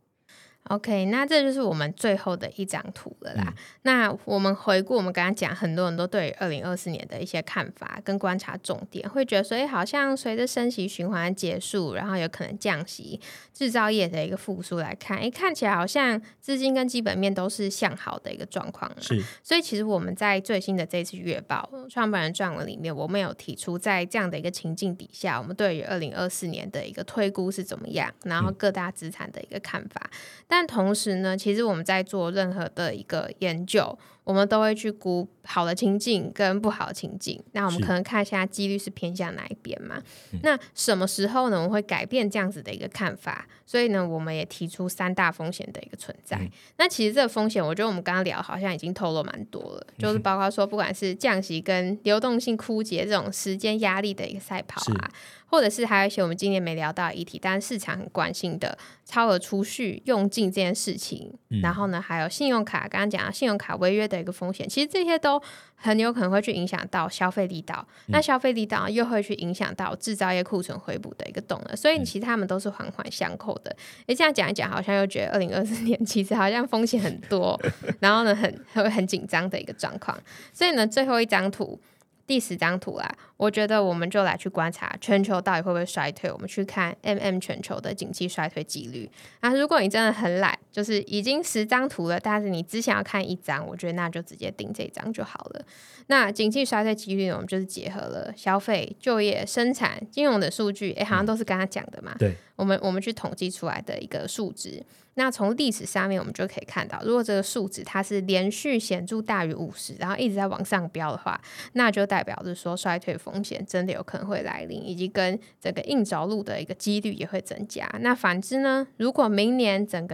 OK， 那这就是我们最后的一张图了啦、嗯、那我们回顾我们刚刚讲很多人都对二零二四年的一些看法跟观察重点，会觉得说好像随着升息循环结束，然后有可能降息，制造业的一个复苏来看，看起来好像资金跟基本面都是向好的一个状况。 是， 所以其实我们在最新的这一次月报创办人撰文里面，我们有提出在这样的一个情境底下，我们对于二零二四年的一个推估是怎么样，然后各大资产的一个看法、嗯、但同时呢，其实我们在做任何的一个研究，我们都会去估好的情境跟不好的情境，那我们可能看一下几率是偏向哪一边嘛、嗯、那什么时候呢我们会改变这样子的一个看法，所以呢我们也提出三大风险的一个存在、嗯、那其实这个风险我觉得我们刚刚聊好像已经透露蛮多了、嗯、就是包括说不管是降息跟流动性枯竭这种时间压力的一个赛跑啊，或者是还有一些我们今年没聊到的议题，但是市场很关心的超额储蓄用尽这件事情、嗯、然后呢还有信用卡，刚刚讲的信用卡违约的一个风险，其实这些都很有可能会去影响到消费力道、嗯、那消费力道又会去影响到制造业库存回补的一个动能，所以其实他们都是环环相扣的。诶，这样讲一讲好像又觉得二零二四年其实好像风险很多然后呢很会很紧张的一个状况，所以呢最后一张图第十张图啦，我觉得我们就来去观察全球到底会不会衰退，我们去看 M M 全球的景气衰退几率。那如果你真的很懒，就是已经十张图了，但是你只想要看一张，我觉得那就直接定这张就好了。那景气衰退几率呢，我们就是结合了消费、就业、生产、金融的数据，哎，好像都是刚刚讲的嘛。 对， 我们我们去统计出来的一个数值。那从历史上面我们就可以看到，如果这个数值它是连续显著大于五十，然后一直在往上飙的话，那就代表着说衰退风险真的有可能会来临，以及跟整个硬着陆的一个几率也会增加。那反之呢，如果明年整个一个数值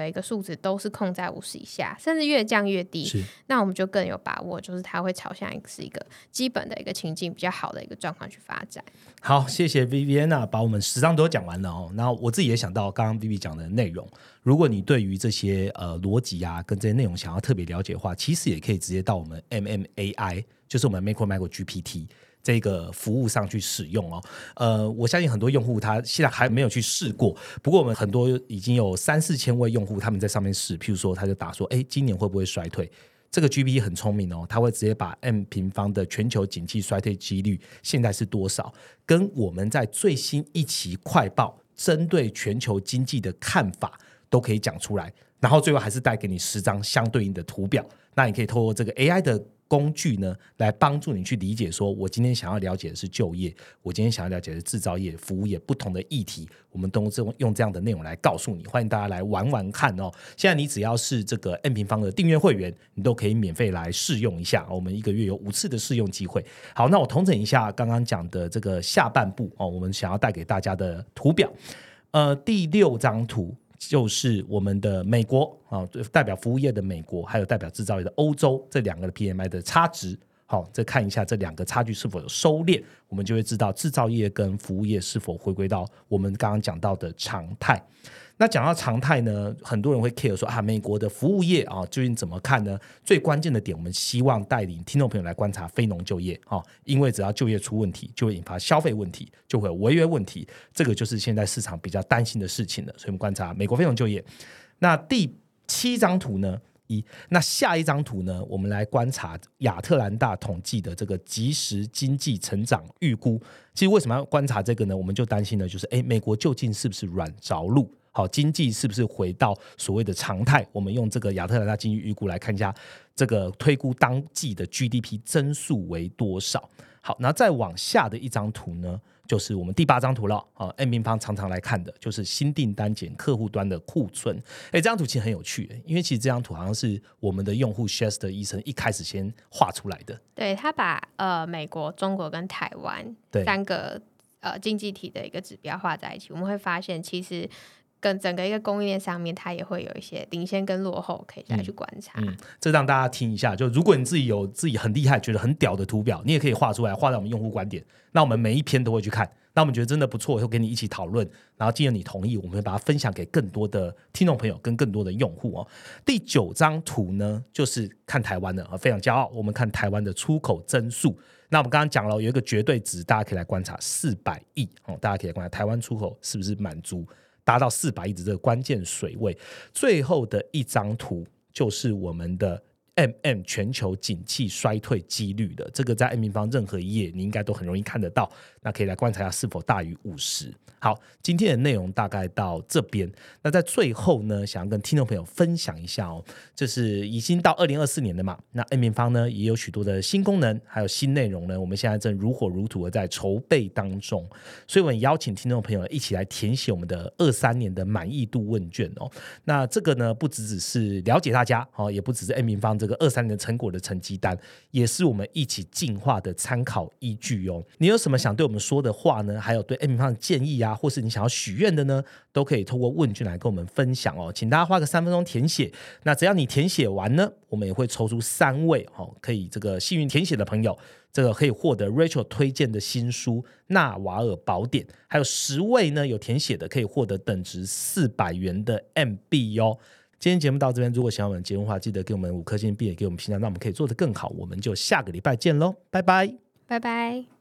值都是控在五十以下，甚至越降越低，那我们就更有把握，就是它会朝向是一个基本的一个情境比较好的一个状况去发展。 好，谢谢 Viviana 把我们十张都讲完了哦。然后我自己也想到刚刚 Vivi 讲的内容，如果你对于这些呃逻辑啊跟这些内容想要特别了解的话，其实也可以直接到我们 M M A I， 就是我们 Macro Micro G P T 这个服务上去使用哦。呃，我相信很多用户他现在还没有去试过，不过我们很多已经有三四千位用户他们在上面试，譬如说他就打说，哎，今年会不会衰退？这个 G P T 很聪明哦，它会直接把 M 平方的全球景气衰退几率现在是多少，跟我们在最新一期快报针对全球经济的看法都可以讲出来，然后最后还是带给你十张相对应的图表。那你可以透过这个 A I 的工具呢，来帮助你去理解说，我今天想要了解的是就业，我今天想要了解的是制造业、服务业不同的议题，我们都用这样的内容来告诉你。欢迎大家来玩玩看哦。现在你只要是这个 M 平方的订阅会员，你都可以免费来试用一下，我们一个月有五次的试用机会。好，那我统整一下刚刚讲的这个下半部哦，我们想要带给大家的图表。呃，第六张图就是我们的美国、哦、代表服务业的美国，还有代表制造业的欧洲，这两个的 P M I 的差值。好，再看一下这两个差距是否有收敛，我们就会知道制造业跟服务业是否回归到我们刚刚讲到的常态。那讲到常态呢，很多人会 care 说啊，美国的服务业啊，究竟怎么看呢？最关键的点，我们希望带领听众朋友来观察非农就业啊，因为只要就业出问题，就会引发消费问题，就会有违约问题，这个就是现在市场比较担心的事情了。所以我们观察美国非农就业。那第七张图呢？一，那下一张图呢，我们来观察亚特兰大统计的这个即时经济成长预估。其实为什么要观察这个呢？我们就担心的就是，哎，美国究竟是不是软着陆？好，经济是不是回到所谓的常态？我们用这个亚特兰大经济预估来看一下，这个推估当季的 G D P 增速为多少？好，那再往下的一张图呢，就是我们第八张图了。啊 M 平方常常来看的就是新订单减客户端的库存。哎，这张图其实很有趣，因为其实这张图好像是我们的用户 Chester 医生一开始先画出来的。 对，他把呃美国、中国跟台湾三个呃经济体的一个指标画在一起，我们会发现其实跟整个一个供应链上面，它也会有一些领先跟落后可以再去观察。嗯嗯、 这让大家听一下，就如果你自己有自己很厉害、觉得很屌的图表，你也可以画出来，画在我们用户观点。那我们每一篇都会去看，那我们觉得真的不错，会跟你一起讨论，然后既然你同意，我们会把它分享给更多的听众朋友跟更多的用户哦。第九张图呢，就是看台湾的，非常骄傲，我们看台湾的出口增速。那我们刚刚讲了有一个绝对值，大家可以来观察四百亿、哦、大家可以来观察台湾出口是不是满足达到四百亿的这个关键水位。最后的一张图就是我们的 M M 全球景气衰退几率的，这个在 M 平方任何一页你应该都很容易看得到，那可以来观察一下是否大于五十。好，今天的内容大概到这边。那在最后呢，想要跟听众朋友分享一下哦，就是已经到二零二四年了嘛，那 M 平方呢也有许多的新功能还有新内容呢，我们现在正如火如荼的在筹备当中，所以我们邀请听众朋友一起来填写我们的二三年的满意度问卷哦。那这个呢不只只是了解大家哦，也不只是 M 平方这个二三年的成果的成绩单，也是我们一起进化的参考依据哦。你有什么想对我们说的话呢？还有对 M 平方的建议啊，或是你想要许愿的呢，都可以透过问卷来跟我们分享哦。请大家花个三分钟填写，那只要你填写完呢，我们也会抽出三位、哦、可以这个幸运填写的朋友，这个可以获得 Rachel 推荐的新书《纳瓦尔宝典》，还有十位呢有填写的可以获得等值四百元的 M 币哦。今天节目到这边，如果喜欢我们的节目的话，记得给我们五颗星，并且给我们评价，让我们可以做得更好。我们就下个礼拜见喽，拜拜， 拜拜。